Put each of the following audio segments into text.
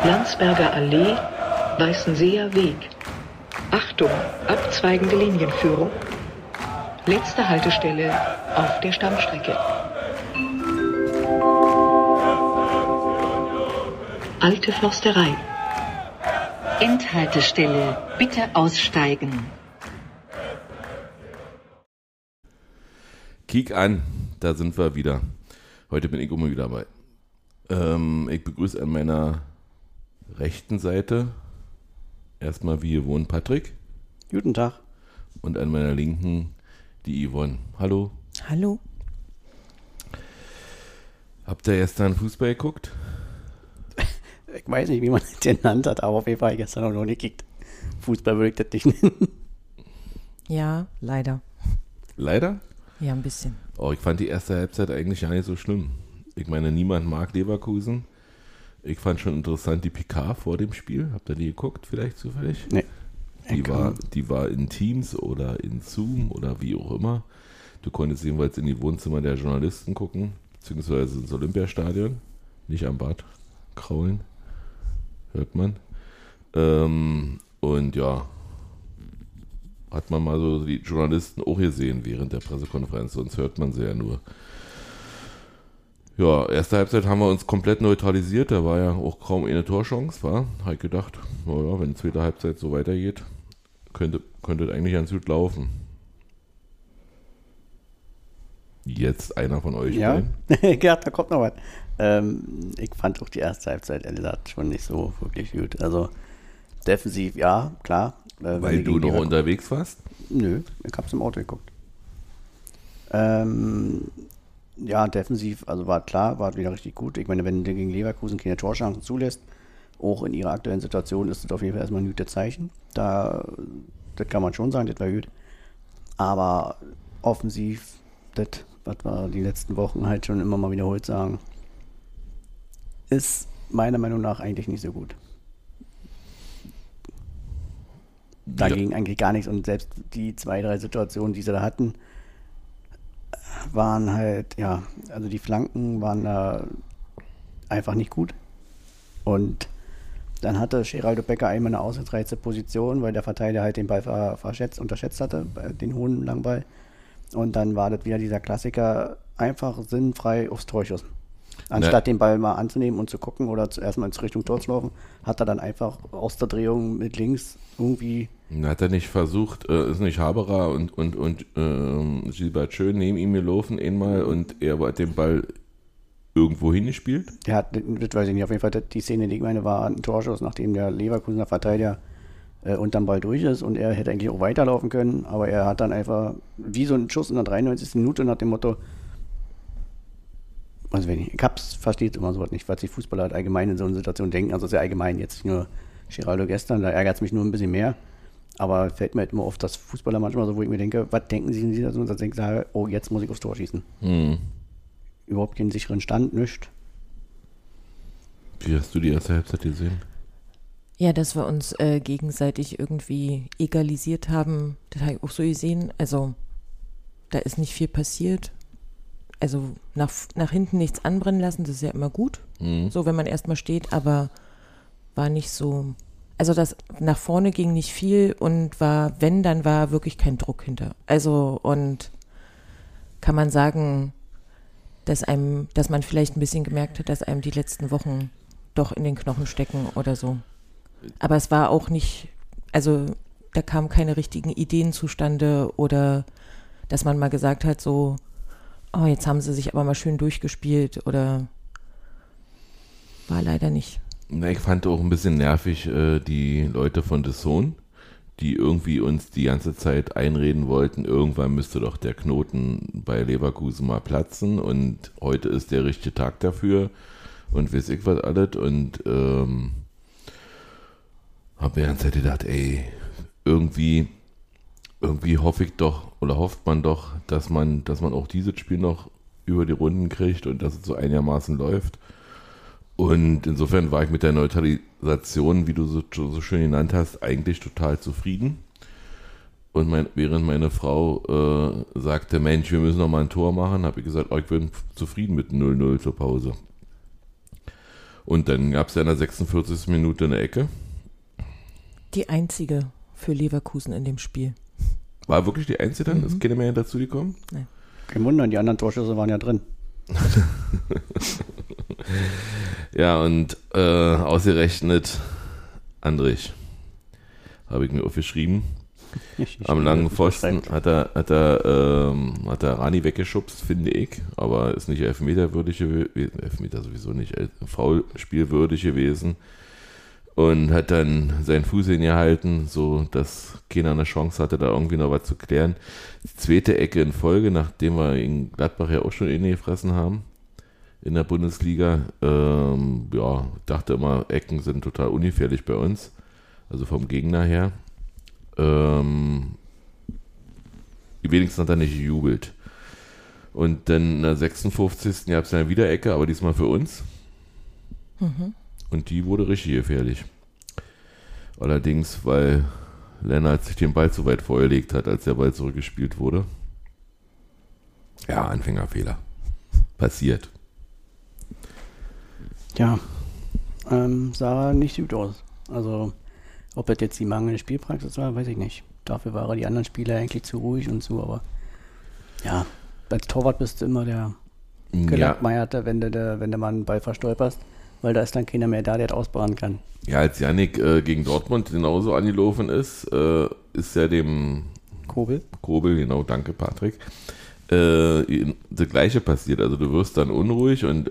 Landsberger Allee, Weißenseer Weg. Achtung, abzweigende Linienführung. Letzte Haltestelle auf der Stammstrecke. Alte Försterei. Endhaltestelle, bitte aussteigen. Kiek an, da sind wir wieder. Heute bin ich immer wieder dabei. Ich begrüße an meiner rechten Seite erstmal wie gewohnt Patrick. Guten Tag. Und an meiner linken die Yvonne. Hallo. Hallo. Habt ihr gestern Fußball geguckt? Ich weiß nicht, wie man das genannt hat, aber auf jeden Fall gestern auch noch nicht gekickt. Fußball würde ich das nicht nennen. Ja, leider. Leider? Ja, ein bisschen. Oh, ich fand die erste Halbzeit eigentlich gar nicht so schlimm. Ich meine, niemand mag Leverkusen. Ich fand schon interessant die PK vor dem Spiel. Habt ihr die geguckt vielleicht zufällig? Nee. Die war in Teams oder in Zoom oder wie auch immer. Du konntest jedenfalls in die Wohnzimmer der Journalisten gucken, beziehungsweise ins Olympiastadion, nicht am Bad kraulen, hört man. Und ja, hat man mal so die Journalisten auch gesehen während der Pressekonferenz, sonst hört man sie ja nur. Ja, erste Halbzeit haben wir uns komplett neutralisiert, da war ja auch kaum eine Torchance, war. Habe ich gedacht, naja, wenn die zweite Halbzeit so weitergeht, könnte es eigentlich ganz gut laufen. Jetzt einer von euch. Ja, ja, da kommt noch was. Ich fand auch die erste Halbzeit, ehrlich gesagt, schon nicht so wirklich gut. Also defensiv, ja, klar. Weil du noch unterwegs warst? Nö, ich hab's im Auto geguckt. Ja, defensiv, also war klar, war wieder richtig gut. Ich meine, wenn du gegen Leverkusen keine Torchancen zulässt, auch in ihrer aktuellen Situation, ist das auf jeden Fall erstmal ein gutes Zeichen. Das kann man schon sagen, das war gut. Aber offensiv, das, was wir die letzten Wochen halt schon immer mal wiederholt sagen, ist meiner Meinung nach eigentlich nicht so gut. Da ging eigentlich gar nichts und selbst die 2, 3 Situationen, die sie da hatten, waren halt, ja, also die Flanken waren da einfach nicht gut. Und dann hatte Geraldo Becker einmal eine ausgereizte Position, weil der Verteidiger halt den Ball unterschätzt hatte, den hohen langen Ball. Und dann war das wieder dieser Klassiker, einfach sinnfrei aufs Tor geschossen. Anstatt den Ball mal anzunehmen und zu gucken oder erstmal in Richtung Tor zu laufen, hat er dann einfach aus der Drehung mit links irgendwie... Hat er nicht versucht, ist nicht Haberer und Gilbert Schön neben ihm gelaufen einmal und er hat den Ball irgendwo hingespielt? Der hat, das weiß ich nicht, auf jeden Fall die Szene, die ich meine, war ein Torschuss, nachdem der Leverkusener Verteidiger unterm Ball durch ist und er hätte eigentlich auch weiterlaufen können, aber er hat dann einfach wie so einen Schuss in der 93. Minute nach dem Motto, also ich verstehe immer sowas nicht, was die Fußballer halt allgemein in so einer Situation denken, also sehr allgemein, jetzt nicht nur Geraldo gestern, da ärgert es mich nur ein bisschen mehr, aber fällt mir halt immer auf, dass Fußballer manchmal so, wo ich mir denke, was denken sie in dieser Situation, dass ich sage, oh, jetzt muss ich aufs Tor schießen. Überhaupt keinen sicheren Stand, nichts. Wie hast du die erste Halbzeit gesehen? Ja, dass wir uns gegenseitig irgendwie egalisiert haben, das habe ich auch so gesehen. Also, da ist nicht viel passiert. Also, nach hinten nichts anbrennen lassen, das ist ja immer gut. So, wenn man erstmal steht, aber war nicht so. Also, das nach vorne ging nicht viel und dann war wirklich kein Druck hinter. Also, und kann man sagen, dass man vielleicht ein bisschen gemerkt hat, dass einem die letzten Wochen doch in den Knochen stecken oder so. Aber es war auch nicht, also da kamen keine richtigen Ideen zustande oder dass man mal gesagt hat, so, oh, jetzt haben sie sich aber mal schön durchgespielt oder war leider nicht. Na, ich fand auch ein bisschen nervig die Leute von The Zone, die irgendwie uns die ganze Zeit einreden wollten, irgendwann müsste doch der Knoten bei Leverkusen mal platzen und heute ist der richtige Tag dafür und weiß ich was alles und habe mir die ganze Zeit gedacht, ey, irgendwie hoffe ich doch oder hofft man doch, dass man auch dieses Spiel noch über die Runden kriegt und dass es so einigermaßen läuft. Und insofern war ich mit der Neutralisation, wie du so schön genannt hast, eigentlich total zufrieden. Und während meine Frau sagte, Mensch, wir müssen noch mal ein Tor machen, habe ich gesagt, ich bin zufrieden mit 0-0 zur Pause. Und dann gab es ja in der 46. Minute eine Ecke. Die einzige für Leverkusen in dem Spiel. War wirklich die einzige dann? Ist keine mehr dazu gekommen? Nein. Kein Wunder, die anderen Torschüsse waren ja drin. Ja, und ausgerechnet Andrich, habe ich mir aufgeschrieben. Am langen Pfosten hat er Rani weggeschubst, finde ich, aber ist nicht elfmeterwürdig gewesen, Elfmeter sowieso nicht, Foulspielwürdig gewesen und hat dann seinen Fuß hingehalten, so dass keiner eine Chance hatte, da irgendwie noch was zu klären. Die zweite Ecke in Folge, nachdem wir in Gladbach ja auch schon gefressen haben in der Bundesliga, dachte immer, Ecken sind total ungefährlich bei uns, also vom Gegner her. Wenigstens hat er nicht gejubelt. Und dann in der 56. gab es dann wieder Ecke, aber diesmal für uns. Und die wurde richtig gefährlich. Allerdings, weil Lennart sich den Ball zu weit vorgelegt hat, als der Ball zurückgespielt wurde. Ja, Anfängerfehler. Passiert. Ja, sah nicht gut aus. Also, ob das jetzt die mangelnde Spielpraxis war, weiß ich nicht. Dafür waren die anderen Spieler eigentlich zu ruhig und zu, aber ja, als Torwart bist du immer der Gelackmeierte, wenn du mal einen Ball verstolperst, weil da ist dann keiner mehr da, der das ausbauen kann. Ja, als Yannick gegen Dortmund genauso angelaufen ist ja dem Kobel, genau, danke Patrick, das Gleiche passiert. Also du wirst dann unruhig und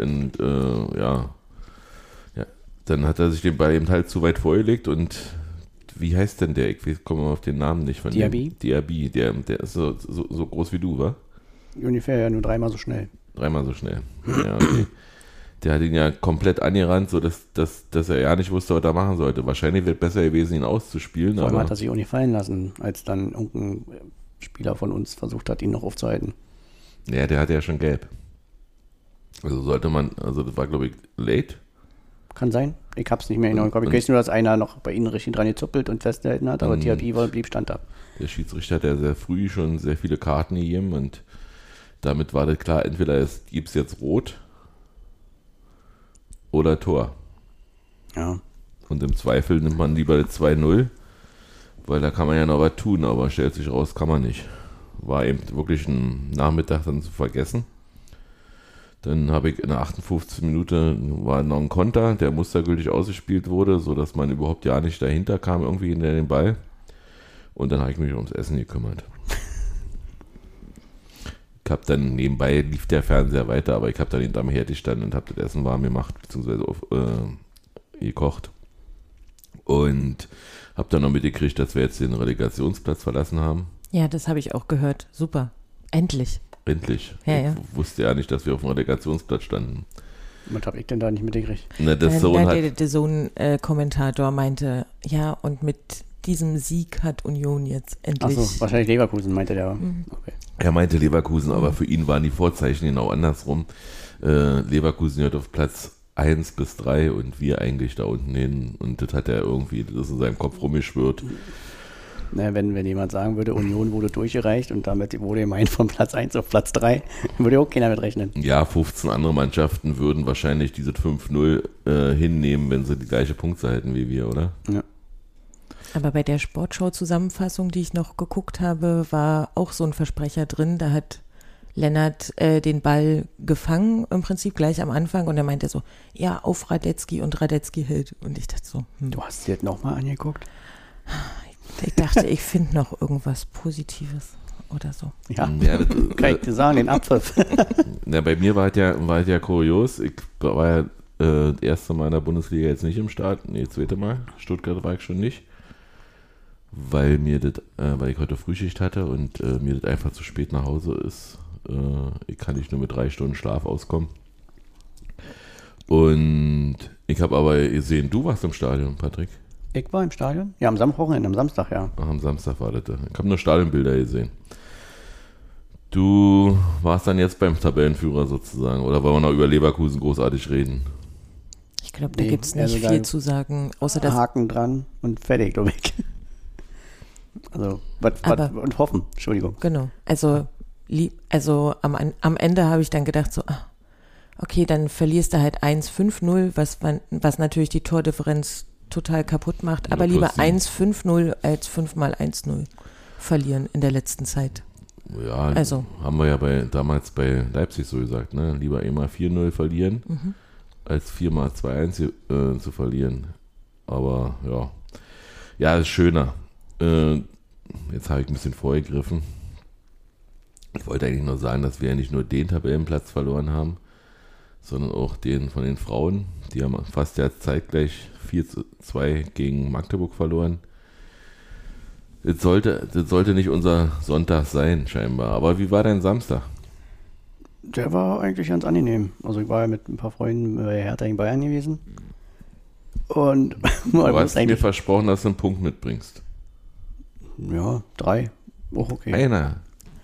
dann hat er sich den Ball eben halt zu weit vorgelegt und wie heißt denn der? Ich komme auf den Namen nicht von Diaby? Diaby, der ist so groß wie du, wa? Ungefähr ja nur dreimal so schnell. Dreimal so schnell. Ja, okay. Der hat ihn ja komplett angerannt, so dass er ja nicht wusste, was er machen sollte. Wahrscheinlich wäre es besser gewesen, ihn auszuspielen. Vor allem hat er sich auch nicht fallen lassen, als dann irgendein Spieler von uns versucht hat, ihn noch aufzuhalten. Ja, der hatte ja schon gelb. Also das war glaube ich late. Kann sein. Ich hab's nicht mehr genau im Kopf. Ich weiß nur, dass einer noch bei ihnen richtig dran gezuppelt und festgehalten hat, aber Diaby blieb Stand ab. Der Schiedsrichter hat ja sehr früh schon sehr viele Karten gegeben und damit war das klar, entweder gibt es jetzt Rot oder Tor. Ja. Und im Zweifel nimmt man lieber das 2-0, weil da kann man ja noch was tun, aber stellt sich raus, kann man nicht. War eben wirklich ein Nachmittag dann zu vergessen. Dann habe ich in der 58. Minute war noch ein Konter, der mustergültig ausgespielt wurde, sodass man überhaupt ja nicht dahinter kam, irgendwie hinter den Ball. Und dann habe ich mich ums Essen gekümmert. Ich habe dann nebenbei, lief der Fernseher weiter, aber ich habe dann hinterm Herd gestanden und habe das Essen warm gemacht, beziehungsweise gekocht. Und habe dann noch mitgekriegt, dass wir jetzt den Relegationsplatz verlassen haben. Ja, das habe ich auch gehört. Super. Endlich. Endlich. Ja. Ich wusste ja nicht, dass wir auf dem Relegationsplatz standen. Was habe ich denn da nicht mitgekriegt? Der Sohn-Kommentator meinte, ja, und mit diesem Sieg hat Union jetzt endlich... Achso, wahrscheinlich Leverkusen, meinte der. Okay. Er meinte Leverkusen, aber für ihn waren die Vorzeichen genau andersrum. Leverkusen hört auf Platz 1 bis 3 und wir eigentlich da unten hin. Und das hat er irgendwie, das ist in seinem Kopf rumgeschwirrt. Naja, wenn jemand sagen würde, Union wurde durchgereicht und damit wurde gemeint von Platz 1 auf Platz 3, würde auch keiner mit rechnen. Ja, 15 andere Mannschaften würden wahrscheinlich dieses 5-0 hinnehmen, wenn sie die gleiche Punktzahl hätten wie wir, oder? Ja. Aber bei der Sportschau-Zusammenfassung, die ich noch geguckt habe, war auch so ein Versprecher drin. Da hat Lennart den Ball gefangen, im Prinzip gleich am Anfang. Und er meinte so, ja, auf Radetzky und Radetzky hält. Und ich dachte so, Du hast dir das nochmal angeguckt? Ich dachte, ich finde noch irgendwas Positives oder so. Ja, kann ich dir sagen, den Abpfiff. Ja, bei mir war es ja kurios. Ich war ja das erste Mal in der Bundesliga jetzt nicht im Start. Nee, das zweite Mal. Stuttgart war ich schon nicht. Weil ich heute Frühschicht hatte und mir das einfach zu spät nach Hause ist. Ich kann nicht nur mit 3 Stunden Schlaf auskommen. Und ich habe aber gesehen, du warst im Stadion, Patrick. Ich war im Stadion? Ja, am Samstag, ja. Ach, am Samstag war das. Ich habe nur Stadionbilder gesehen. Du warst dann jetzt beim Tabellenführer sozusagen. Oder wollen wir noch über Leverkusen großartig reden? Ich glaube, da gibt es nicht viel zu sagen, außer dass... Haken dran und fertig, glaube ich. Also, und hoffen, Entschuldigung. Genau, also am Ende habe ich dann gedacht so, okay, dann verlierst du halt 1-5-0, was natürlich die Tordifferenz total kaputt macht, aber lieber 1-5-0 als 5-1-0 verlieren in der letzten Zeit. Ja, also. Haben wir ja damals bei Leipzig so gesagt, ne? Lieber einmal 4-0 verlieren, als 4-2-1 zu verlieren. Aber ja, ist schöner. Jetzt habe ich ein bisschen vorgegriffen. Ich wollte eigentlich nur sagen, dass wir ja nicht nur den Tabellenplatz verloren haben, sondern auch den von den Frauen. Die haben fast ja zeitgleich 4-2 gegen Magdeburg verloren. Das sollte nicht unser Sonntag sein, scheinbar. Aber wie war dein Samstag? Der war eigentlich ganz angenehm. Also ich war ja mit ein paar Freunden bei Hertha in Bayern gewesen. Und du hast mir versprochen, dass du einen Punkt mitbringst. Ja, 3. Auch okay. Einer.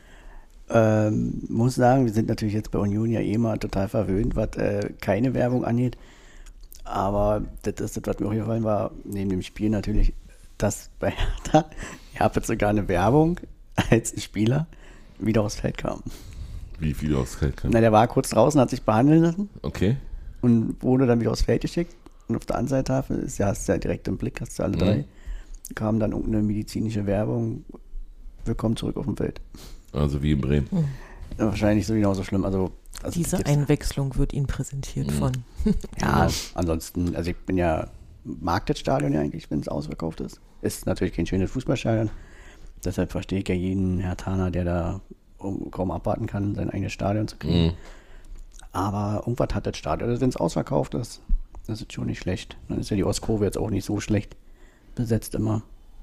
Muss sagen, wir sind natürlich jetzt bei Union ja mal total verwöhnt, was keine Werbung angeht. Aber das ist das, was mir auch gefallen war, neben dem Spiel natürlich, dass bei Hertha, ich habe jetzt sogar eine Werbung, als ein Spieler wieder aufs Feld kam. Wie viel aufs Feld kam? Na, der war kurz draußen, hat sich behandeln lassen. Okay. Und wurde dann wieder aufs Feld geschickt. Und auf der Anzeigetafel, hast du ja direkt im Blick, hast du alle 3, kam dann irgendeine medizinische Werbung, willkommen zurück auf dem Feld. Also wie in Bremen. Ja, wahrscheinlich so genauso schlimm. Also diese Einwechslung wird Ihnen präsentiert von. Ja, ansonsten, also ich mag das Stadion ja eigentlich, wenn es ausverkauft ist. Ist natürlich kein schönes Fußballstadion. Deshalb verstehe ich ja jeden Herthaner, der da kaum abwarten kann, sein eigenes Stadion zu kriegen. Aber irgendwas hat das Stadion. Also wenn es ausverkauft ist, das ist schon nicht schlecht. Dann ist ja die Ostkurve jetzt auch nicht so schlecht besetzt immer.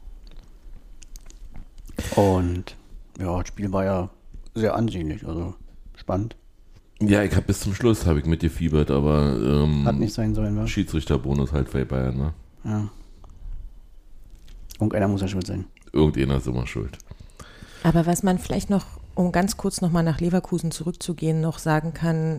Und ja, das Spiel war ja sehr ansehnlich, also spannend. Ja, ich habe bis zum Schluss mitgefiebert, aber hat nicht sein sollen, was? Schiedsrichterbonus halt bei Bayern, ne? Ja. Irgendeiner muss ja schuld sein. Irgendeiner ist immer schuld. Aber was man vielleicht noch, um ganz kurz nochmal nach Leverkusen zurückzugehen, noch sagen kann,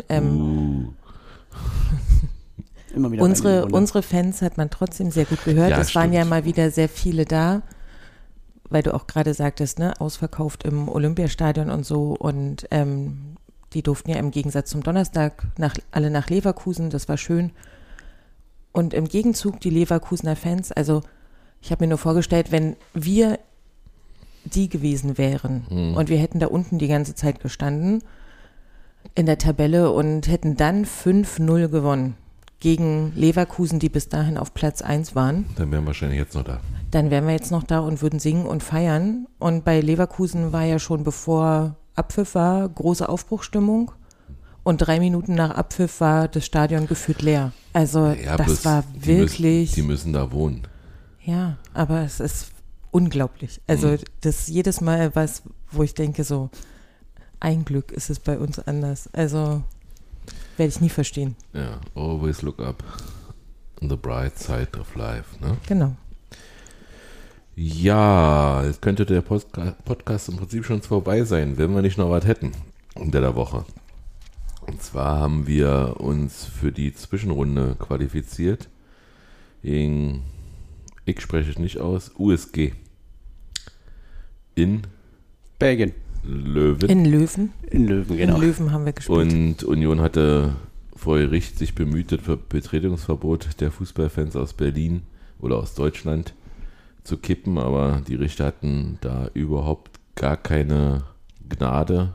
Immer wieder unsere Fans hat man trotzdem sehr gut gehört. Ja, es waren ja mal wieder sehr viele da, weil du auch gerade sagtest, ne, ausverkauft im Olympiastadion und so, und die durften ja im Gegensatz zum Donnerstag alle nach Leverkusen, das war schön. Und im Gegenzug die Leverkusener Fans, also ich habe mir nur vorgestellt, wenn wir die gewesen wären und wir hätten da unten die ganze Zeit gestanden in der Tabelle und hätten dann 5-0 gewonnen gegen Leverkusen, die bis dahin auf Platz 1 waren. Dann wären wir wahrscheinlich jetzt noch da. Dann wären wir jetzt noch da und würden singen und feiern. Und bei Leverkusen war ja schon, bevor Abpfiff war, große Aufbruchsstimmung. Und 3 Minuten nach Abpfiff war das Stadion gefühlt leer. Also ja, das war wirklich... Die müssen da wohnen. Ja, aber es ist unglaublich. Also das ist jedes Mal was, wo ich denke so, ein Glück ist es bei uns anders. Also werde ich nie verstehen. Ja, always look up on the bright side of life, ne? Genau. Ja, jetzt könnte der Podcast im Prinzip schon vorbei sein, wenn wir nicht noch was hätten unter der Woche. Und zwar haben wir uns für die Zwischenrunde qualifiziert gegen, ich spreche es nicht aus, USG in Belgien. Löwen. In Löwen. In Löwen, genau. In Löwen haben wir gespielt. Und Union hatte vor Gericht sich bemüht, das Betretungsverbot der Fußballfans aus Berlin oder aus Deutschland zu kippen, aber die Richter hatten da überhaupt gar keine Gnade.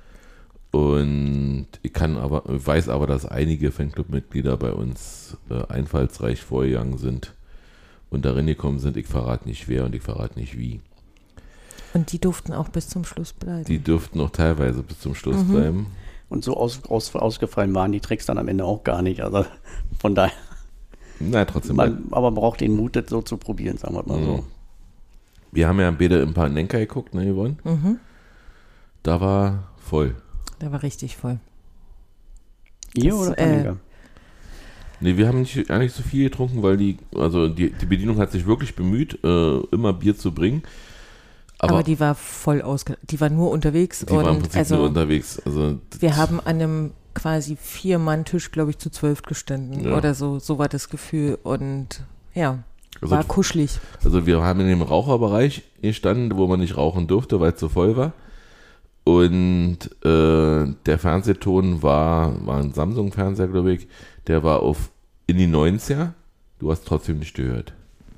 Und ich weiß aber, dass einige Fanclub-Mitglieder bei uns einfallsreich vorgegangen sind und darin gekommen sind, ich verrate nicht wer und ich verrate nicht wie. Und die durften auch bis zum Schluss bleiben. Die durften auch teilweise bis zum Schluss bleiben. Und so ausgefallen waren die Tricks dann am Ende auch gar nicht. Also von daher. Na, trotzdem. Aber man braucht den Mut, das so zu probieren, sagen wir mal so. Wir haben ja beide ein paar Nenker geguckt, ne, Yvonne? Da war voll. Da war richtig voll. Ihr oder Panenka? Nee, wir haben nicht so viel getrunken, weil die Bedienung hat sich wirklich bemüht, immer Bier zu bringen. Aber die war voll die war nur unterwegs. Die war im Prinzip nur unterwegs. Also wir haben an einem quasi 4-Mann-Tisch, glaube ich, zu 12 gestanden oder so. So war das Gefühl. Und ja, war kuschelig. Also wir haben in dem Raucherbereich gestanden, wo man nicht rauchen durfte, weil es so voll war. Und der Fernsehton war ein Samsung-Fernseher, glaube ich, der war in die 90er. Du hast trotzdem nicht gehört.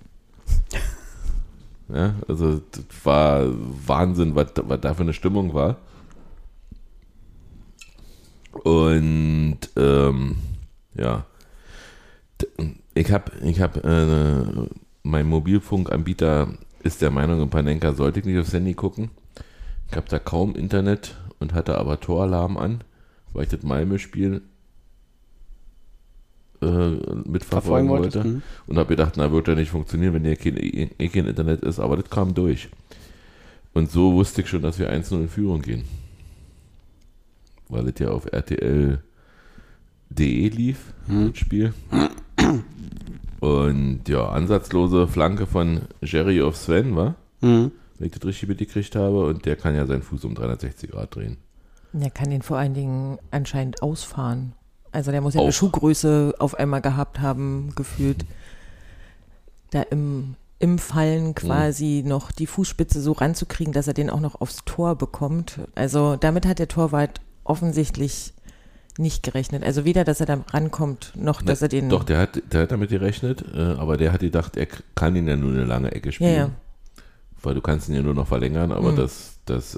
Ja, also das war Wahnsinn, was da für eine Stimmung war. Und ja, ich hab mein Mobilfunkanbieter ist der Meinung, in Panenka sollte ich nicht aufs Handy gucken. Ich habe da kaum Internet und hatte aber Toralarm an, weil ich das Malmö-Spiel mitverfolgen wollte. Und habe gedacht, na, wird ja nicht funktionieren, wenn hier kein Internet ist, aber das kam durch. Und so wusste ich schon, dass wir 1-0 in Führung gehen. Weil das ja auf RTL.de lief, das Spiel. Und ja, ansatzlose Flanke von Jerry auf Sven, war? Wenn ich das richtig mitgekriegt habe. Und der kann ja seinen Fuß um 360 Grad drehen. Der kann den vor allen Dingen anscheinend ausfahren. Also der muss ja eine Schuhgröße auf einmal gehabt haben, gefühlt. Da im Fallen quasi noch die Fußspitze so ranzukriegen, dass er den auch noch aufs Tor bekommt. Also damit hat der Torwart offensichtlich nicht gerechnet. Also weder, dass er da rankommt, noch, dass er den... Doch, der hat damit gerechnet, aber der hat gedacht, er kann ihn ja nur eine lange Ecke spielen. Ja. Weil du kannst ihn ja nur noch verlängern, aber dass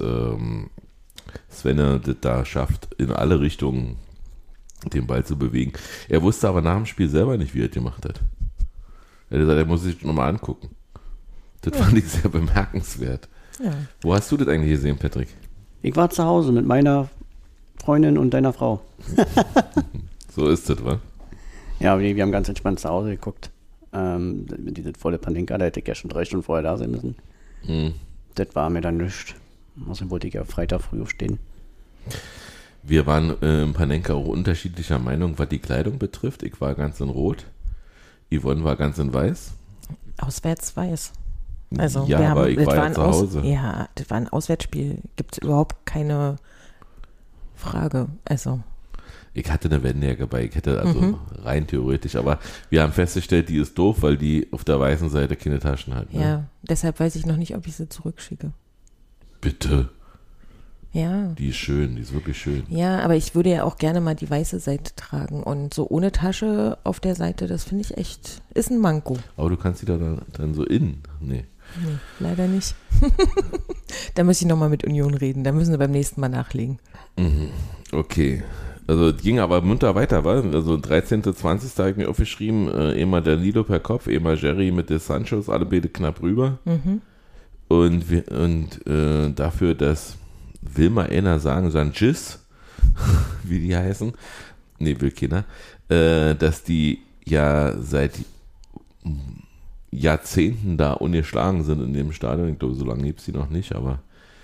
Sven das da schafft, in alle Richtungen den Ball zu bewegen. Er wusste aber nach dem Spiel selber nicht, wie er das gemacht hat. Er hat gesagt, er muss sich nochmal angucken. Das fand ich sehr bemerkenswert. Ja. Wo hast du das eigentlich gesehen, Patrick? Ich war zu Hause mit meiner Freundin und deiner Frau. So ist das, wa? Ja, wir haben ganz entspannt zu Hause geguckt. Diese volle Panenka, da hätte ich ja schon 3 Stunden vorher da sein müssen. Das war mir dann nichts. Außerdem wollte ich ja Freitag früh aufstehen. Wir waren im Panenka auch unterschiedlicher Meinung, was die Kleidung betrifft. Ich war ganz in Rot. Yvonne war ganz in Weiß. Auswärts weiß. Also ja, aber ich war ja zu Hause. Ja, das war ein Auswärtsspiel. Gibt es überhaupt keine Frage. Also. Ich hatte eine Wendejacke bei, ich hätte also rein theoretisch, aber wir haben festgestellt, die ist doof, weil die auf der weißen Seite keine Taschen hat. Ne? Ja, deshalb weiß ich noch nicht, ob ich sie zurückschicke. Bitte. Ja. Die ist schön, die ist wirklich schön. Ja, aber ich würde ja auch gerne mal die weiße Seite tragen und so ohne Tasche auf der Seite, das finde ich echt, ist ein Manko. Aber du kannst die da dann so innen, nee. Nee, leider nicht. Da muss ich nochmal mit Union reden, da müssen wir beim nächsten Mal nachlegen. Okay. Also es ging aber munter weiter, wa? Also 13., 20. habe ich mir aufgeschrieben, einmal der Nilo per Kopf, einmal Jerry mit den Sanchos, alle beide knapp rüber. Und dafür, dass, will mal einer sagen, Sanchez, wie die heißen, nee, will keiner, dass die ja seit Jahrzehnten da ungeschlagen sind in dem Stadion. Ich glaube, so lange gibt es die noch nicht, aber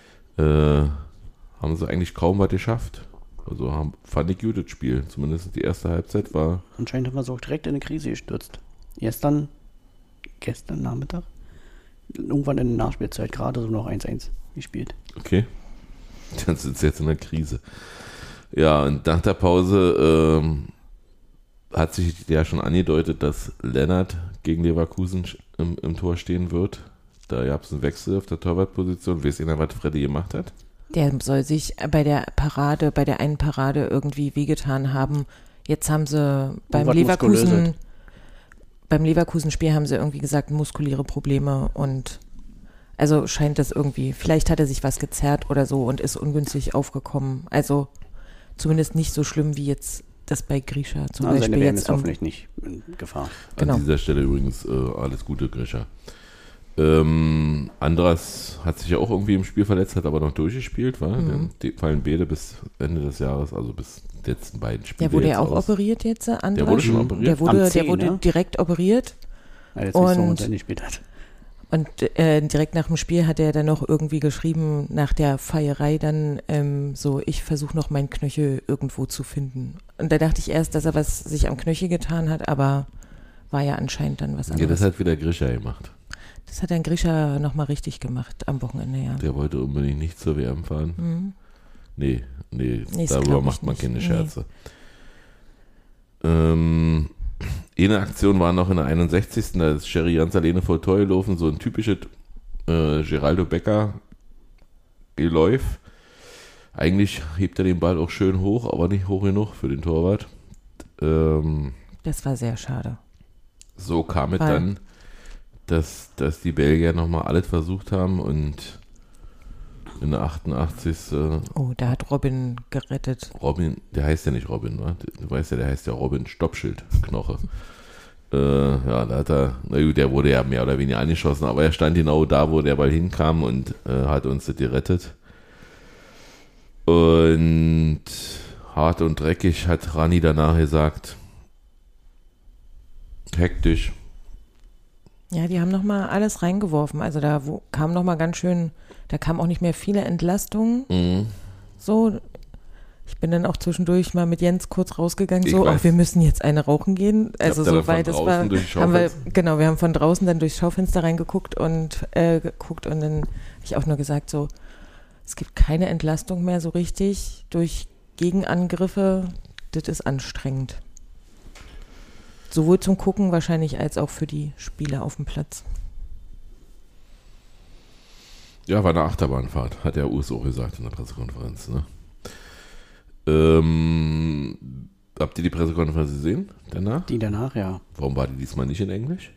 haben sie eigentlich kaum was geschafft. Also fand ich gut das Spiel. Zumindest die erste Halbzeit war... Anscheinend haben wir so auch direkt in eine Krise gestürzt. Gestern Nachmittag, irgendwann in der Nachspielzeit, gerade so noch 1-1 gespielt. Okay. Dann sind sie jetzt in der Krise. Ja, und nach der Pause hat sich ja schon angedeutet, dass Lennart gegen Leverkusen im Tor stehen wird. Da gab es einen Wechsel auf der Torwartposition. Weiß ihr, was Freddy gemacht hat? Der soll sich bei der einen Parade irgendwie wehgetan haben. Jetzt haben sie beim Leverkusen-Spiel haben sie irgendwie gesagt, muskuläre Probleme und also scheint das irgendwie, vielleicht hat er sich was gezerrt oder so und ist ungünstig aufgekommen. Also zumindest nicht so schlimm wie jetzt das bei Grisha zum Beispiel. Seine WM jetzt ist hoffentlich nicht in Gefahr. An dieser Stelle übrigens alles Gute, Grisha. Andras hat sich ja auch irgendwie im Spiel verletzt, hat aber noch durchgespielt, war? Die fallen beide bis Ende des Jahres, also bis die letzten beiden Spiele. Der wurde ja auch operiert jetzt, Andras. Der wurde schon operiert? Der wurde direkt operiert. Weil er jetzt nicht so gespielt hat. Und direkt nach dem Spiel hat er dann noch irgendwie geschrieben, nach der Feierei dann so, ich versuche noch meinen Knöchel irgendwo zu finden. Und da dachte ich erst, dass er was sich am Knöchel getan hat, aber war ja anscheinend dann was anderes. Ja, das hat wieder Grisha gemacht. Das hat dann Grisha nochmal richtig gemacht am Wochenende, ja. Der wollte unbedingt nicht zur WM fahren. Nee, das darüber macht man keine Scherze. Eine Aktion war noch in der 61. Da ist Sherry ganz alleine vor Tor gelaufen, so ein typisches Geraldo Becker Geläuf. Eigentlich hebt er den Ball auch schön hoch, aber nicht hoch genug für den Torwart. Das war sehr schade. So kam es Weil- dann, dass die Belgier nochmal alles versucht haben und in der 88. Oh, da hat Robin gerettet. Robin, der heißt ja nicht Robin, ne? Du weißt ja, der heißt ja Robin Stoppschild, Knoche. Ja, da hat er, na gut, der wurde ja mehr oder weniger angeschossen, aber er stand genau da, wo der Ball hinkam und hat uns das gerettet. Und hart und dreckig hat Rani danach gesagt, hektisch. Ja, die haben nochmal alles reingeworfen. Also da kam nochmal ganz schön, da kamen auch nicht mehr viele Entlastungen. Mhm. So, ich bin dann auch zwischendurch mal mit Jens kurz rausgegangen, Ich so, weiß. ach, wir müssen jetzt eine rauchen gehen. Also Habt ihr dann so weit von es draußen war, durch die haben wir, Schaufenster? genau, wir haben von draußen dann durchs Schaufenster reingeguckt und dann habe ich auch nur gesagt, so, es gibt keine Entlastung mehr so richtig durch Gegenangriffe. Das ist anstrengend. Sowohl zum Gucken wahrscheinlich als auch für die Spieler auf dem Platz. Ja, war eine Achterbahnfahrt, hat der Urs auch gesagt in der Pressekonferenz. Ne? Habt ihr die Pressekonferenz gesehen danach? Die danach, ja. Warum war die diesmal nicht in Englisch?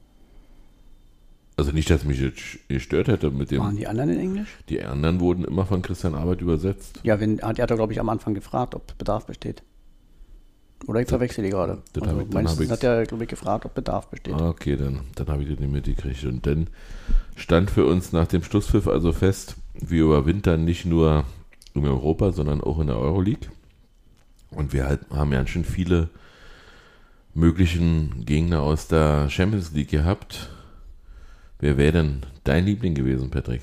Also nicht, dass mich jetzt gestört hätte mit dem. Waren die anderen in Englisch? Die anderen wurden immer von Christian Arbeit übersetzt. Ja, er hat glaube ich, am Anfang gefragt, ob Bedarf besteht. Oder ich verwechsel die gerade. das Also, hab ich- dann meistens hab ich's- hat er, glaube ich, gefragt, ob Bedarf besteht. Ah, okay, dann habe ich das nicht mitgekriegt. Und dann stand für uns nach dem Schlusspfiff also fest, wir überwintern nicht nur in Europa, sondern auch in der Euroleague. Und wir haben ja schon viele möglichen Gegner aus der Champions League gehabt. Wer wäre denn dein Liebling gewesen, Patrick?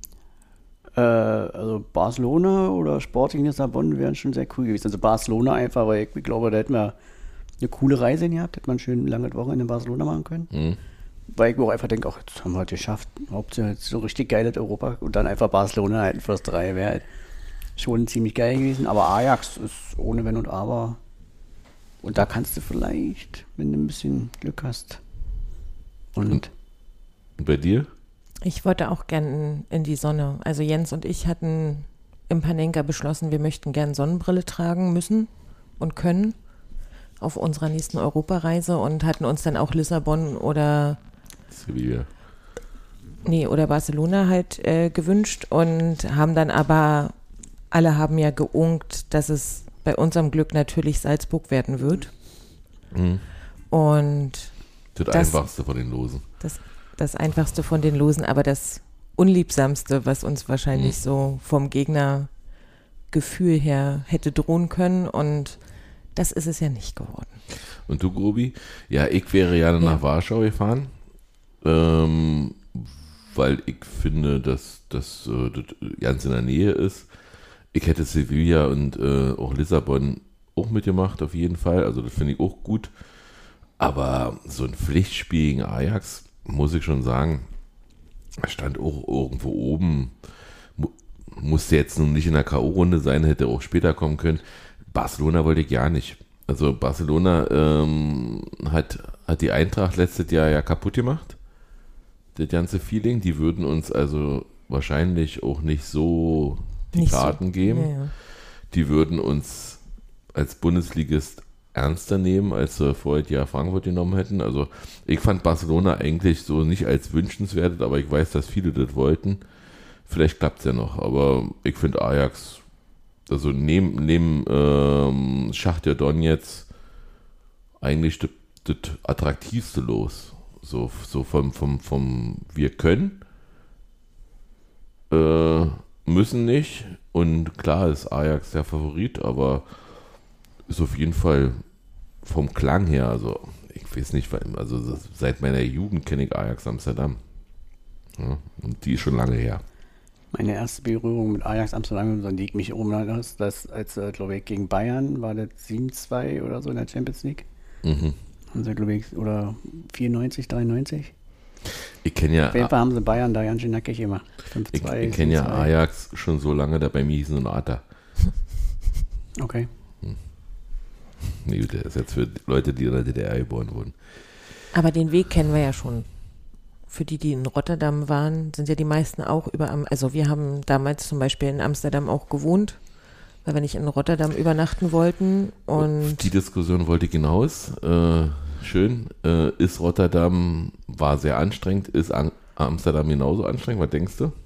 Also Barcelona oder Sporting Lissabon wären schon sehr cool gewesen. Also Barcelona einfach, weil ich glaube, da hätten wir eine coole Reise gehabt, hätte man schön ein langes Wochenende in Barcelona machen können. Hm? Weil ich mir auch einfach denke, ach, jetzt haben wir halt geschafft. Hauptsache jetzt so richtig geiles Europa und dann einfach Barcelona halt First 3 wäre halt schon ziemlich geil gewesen. Aber Ajax ist ohne Wenn und Aber. Und da kannst du vielleicht, wenn du ein bisschen Glück hast. Und Und bei dir? Ich wollte auch gern in die Sonne. Also Jens und ich hatten im Panenka beschlossen, wir möchten gern Sonnenbrille tragen müssen und können auf unserer nächsten Europareise und hatten uns dann auch Lissabon oder Sevilla. oder Barcelona halt gewünscht und haben dann aber, alle haben ja geunkt, dass es bei unserem Glück natürlich Salzburg werden wird. Mhm. Und Das Das- Einfachste von den Losen. das Einfachste von den Losen, aber das Unliebsamste, was uns wahrscheinlich so vom Gegnergefühl her hätte drohen können. Und das ist es ja nicht geworden. Und du, Grobi? Ja, ich wäre ja nach Warschau gefahren, weil ich finde, dass das ganz in der Nähe ist. Ich hätte Sevilla und auch Lissabon auch mitgemacht, auf jeden Fall. Also das finde ich auch gut. Aber so ein Pflichtspiel gegen Ajax, muss ich schon sagen, stand auch irgendwo oben. Musste jetzt nun nicht in der K.O.-Runde sein, hätte auch später kommen können. Barcelona wollte ich gar nicht. Also Barcelona hat die Eintracht letztes Jahr ja kaputt gemacht. Das ganze Feeling. Die würden uns also wahrscheinlich auch nicht so die Nicht so. Karten geben. Ja. Die würden uns als Bundesligist ernster nehmen, als wir vorher ja Frankfurt genommen hätten. Also ich fand Barcelona eigentlich so nicht als wünschenswert, aber ich weiß, dass viele das wollten. Vielleicht klappt es ja noch, aber ich finde Ajax, also neben Schachtar Donetsk eigentlich das attraktivste Los. So vom wir können, müssen nicht. Und klar ist Ajax der Favorit, aber ist auf jeden Fall vom Klang her, also ich weiß nicht, also seit meiner Jugend kenne ich Ajax Amsterdam. Ja, und die ist schon lange her. meine erste Berührung mit Ajax Amsterdam, dann liegt mich um, als glaube ich, gegen Bayern war das 7-2 oder so in der Champions League. Mhm. Haben sie, glaube ich, oder 94, 93. Ich kenne ja, Auf jeden Fall haben sie Bayern da ganz schön nackig gemacht. ich 5-2, kenne ja 7-2. Ajax schon so lange, da bei mir hieß ein Ata. Okay. Nee, der ist jetzt für Leute, die in der DDR geboren wurden. Aber den Weg kennen wir ja schon. Für die in Rotterdam waren, sind ja die meisten auch also wir haben damals zum Beispiel in Amsterdam auch gewohnt weil wir nicht in Rotterdam übernachten wollten. Und Die Diskussion wollte ich hinaus. Schön. Ist Rotterdam, war sehr anstrengend, ist Amsterdam genauso anstrengend? Was denkst du?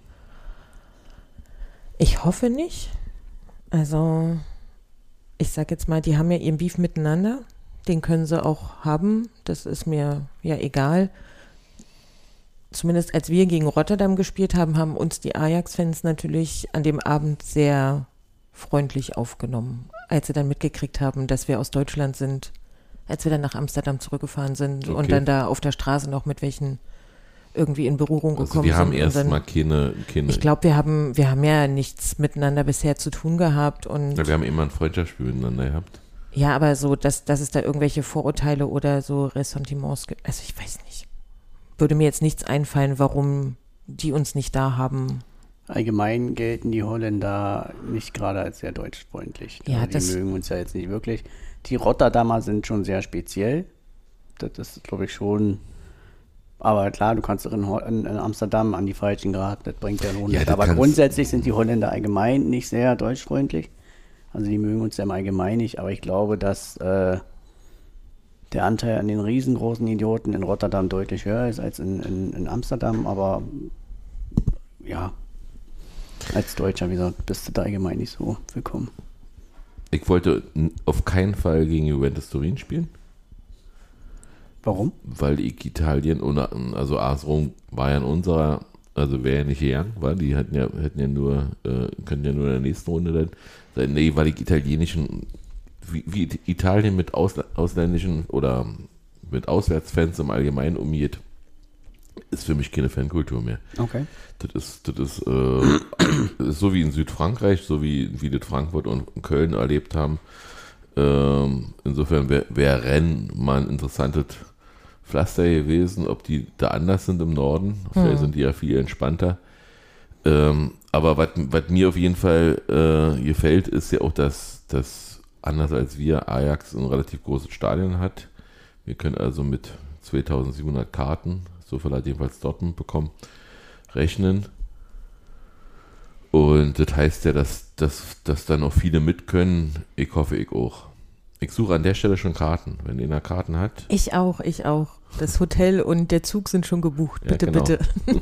ich hoffe nicht. Also, ich sag jetzt mal, die haben ja ihren Beef miteinander. Den können sie auch haben. Das ist mir ja egal. Zumindest als wir gegen Rotterdam gespielt haben, haben uns die Ajax-Fans natürlich an dem Abend sehr freundlich aufgenommen, als sie dann mitgekriegt haben, dass wir aus Deutschland sind, als wir dann nach Amsterdam zurückgefahren sind und dann da auf der Straße noch mit welchen irgendwie in Berührung gekommen Also wir haben sind. erstmal keine. Ich glaube, wir haben ja nichts miteinander bisher zu tun gehabt. Und Ja, wir haben immer ein Freundschaftsspiel miteinander gehabt. ja, aber so, dass es da irgendwelche Vorurteile oder so Ressentiments gibt. Also ich weiß nicht. Würde mir jetzt nichts einfallen, warum die uns nicht da haben. Allgemein gelten die Holländer nicht gerade als sehr deutschfreundlich. Ja, Also die mögen uns ja jetzt nicht wirklich. Die Rotterdamer sind schon sehr speziell. Das ist, glaube ich, schon. Aber klar, du kannst auch in Amsterdam an die Falschen geraten, das bringt ja nur nichts. das Aber kannst- grundsätzlich sind die Holländer allgemein nicht sehr deutschfreundlich. Also die mögen uns ja im Allgemeinen nicht. Aber ich glaube, dass der Anteil an den riesengroßen Idioten in Rotterdam deutlich höher ist als in Amsterdam. Aber ja, als Deutscher, wie gesagt, bist du da allgemein nicht so willkommen. Ich wollte auf keinen Fall gegen Juventus Turin spielen, Warum? weil ich Italien, also AS Rom war ja in unserer, also wäre ja nicht gegangen, weil die könnten ja nur in der nächsten Runde dann sein. Nee, weil ich italienischen, wie Italien mit ausländischen oder mit Auswärtsfans im Allgemeinen umgeht, ist für mich keine Fankultur mehr. Okay. Das ist so wie in Südfrankreich, so wie das Frankfurt und Köln erlebt haben. Insofern wäre Rennes mal ein interessantes Pflaster gewesen, ob die da anders sind im Norden. Vielleicht sind die ja viel entspannter. Aber was mir auf jeden Fall gefällt, ist ja auch, dass anders als wir Ajax ein relativ großes Stadion hat. Wir können also mit 2700 Karten, so viel hat jedenfalls Dortmund bekommen, rechnen. Und das heißt ja, dass dann auch viele mit können. Ich hoffe, ich auch. Ich suche an der Stelle schon Karten. Wenn einer Karten hat, Ich auch. Das Hotel und der Zug sind schon gebucht. Ja, Bitte, genau. bitte.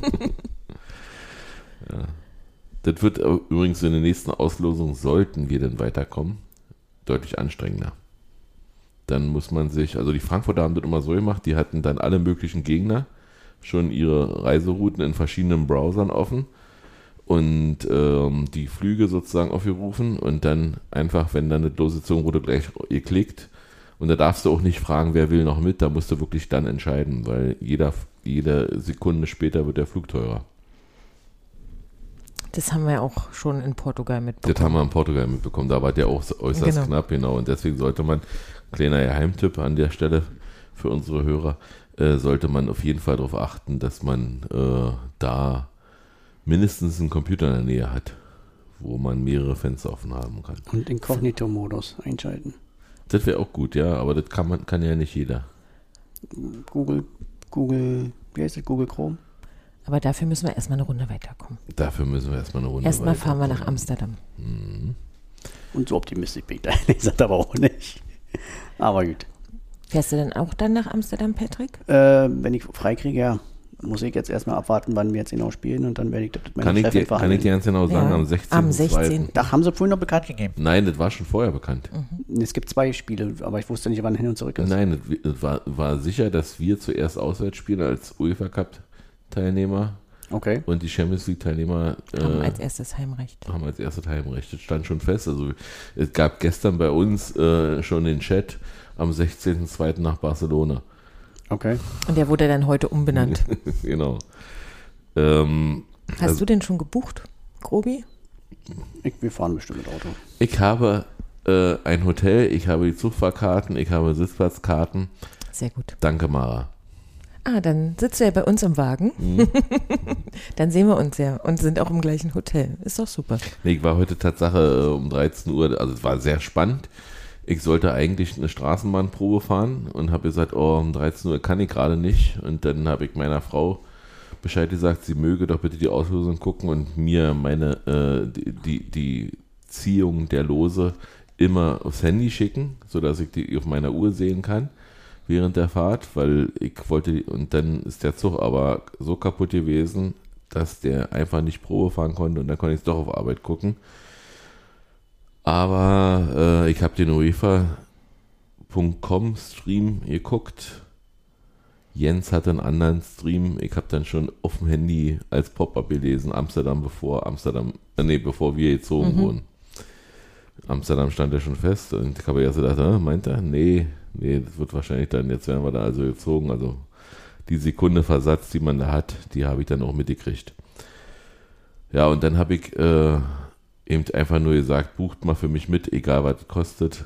das wird übrigens in der nächsten Auslosung, sollten wir denn weiterkommen, deutlich anstrengender. Dann muss man sich, also die Frankfurter haben das immer so gemacht, die hatten dann alle möglichen Gegner schon ihre Reiserouten in verschiedenen Browsern offen und die Flüge sozusagen aufgerufen und dann einfach, wenn dann eine Dose gezogen wurde, gleich geklickt. Und da darfst du auch nicht fragen, wer will noch mit, da musst du wirklich dann entscheiden, weil jede Sekunde später wird der Flug teurer. Das haben wir auch schon in Portugal mitbekommen. Das haben wir in Portugal mitbekommen, da war der auch äußerst Genau. knapp, genau. Und deswegen sollte man, kleiner Geheimtipp an der Stelle für unsere Hörer, sollte man auf jeden Fall darauf achten, dass man da mindestens einen Computer in der Nähe hat, wo man mehrere Fenster offen haben kann. Und Inkognito-Modus einschalten. Das wäre auch gut, ja, aber das kann ja nicht jeder. Google, wie heißt das? Google Chrome? Aber dafür müssen wir erstmal eine Runde weiterkommen. Dafür müssen wir erstmal eine Runde Erstmal weiter. fahren wir nach Amsterdam. Und so optimistisch bin ich da ehrlich gesagt aber auch nicht. Aber gut. Fährst du denn auch dann nach Amsterdam, Patrick? Wenn ich freikriege, ja, muss ich jetzt erstmal abwarten, wann wir jetzt genau spielen und dann werde ich das mit Kann meinem ich Chef dir verhandeln. ganz genau sagen, Ja, am 16. am 16.. Da haben sie vorhin noch bekannt gegeben. Nein, das war schon vorher bekannt. Es gibt 2 Spiele, aber ich wusste nicht, wann hin und zurück ist. Nein, es war sicher, dass wir zuerst auswärts spielen als UEFA Cup Teilnehmer Okay. und die Champions League Teilnehmer Haben als erstes Heimrecht. haben als erstes Heimrecht. Das stand schon fest. Also es gab gestern bei uns schon den Chat am 16.02. nach Barcelona. Okay. Und der wurde dann heute umbenannt. Genau. Hast Also- du denn schon gebucht, Grobi? Wir fahren bestimmt mit Auto. Ich habe ein Hotel, ich habe die Zugfahrkarten, ich habe Sitzplatzkarten. Sehr gut. Danke, Mara. Ah, dann sitzt du ja bei uns im Wagen. Dann sehen wir uns ja und sind auch im gleichen Hotel. Ist doch super. Nee, ich war heute Tatsache um 13 Uhr, also es war sehr spannend. Ich sollte eigentlich eine Straßenbahnprobe fahren und habe gesagt, oh, um 13 Uhr kann ich gerade nicht. Und dann habe ich meiner Frau Bescheid gesagt, sie möge doch bitte die Auslosung gucken und mir die Ziehung der Lose immer aufs Handy schicken, sodass ich die auf meiner Uhr sehen kann während der Fahrt, weil ich wollte, und dann ist der Zug aber so kaputt gewesen, dass der einfach nicht Probe fahren konnte und dann konnte ich es doch auf Arbeit gucken. Aber ich habe den UEFA.com Stream geguckt. Jens hatte einen anderen Stream. Ich habe dann schon auf dem Handy als Pop-up gelesen, bevor wir gezogen wurden. Amsterdam stand ja schon fest und ich habe erst gedacht, meint er? Nee, das wird wahrscheinlich dann, jetzt werden wir da also gezogen. Also die Sekunde Versatz, die man da hat, die habe ich dann auch mitgekriegt. Ja, und dann habe ich eben einfach nur gesagt, bucht mal für mich mit, egal was es kostet.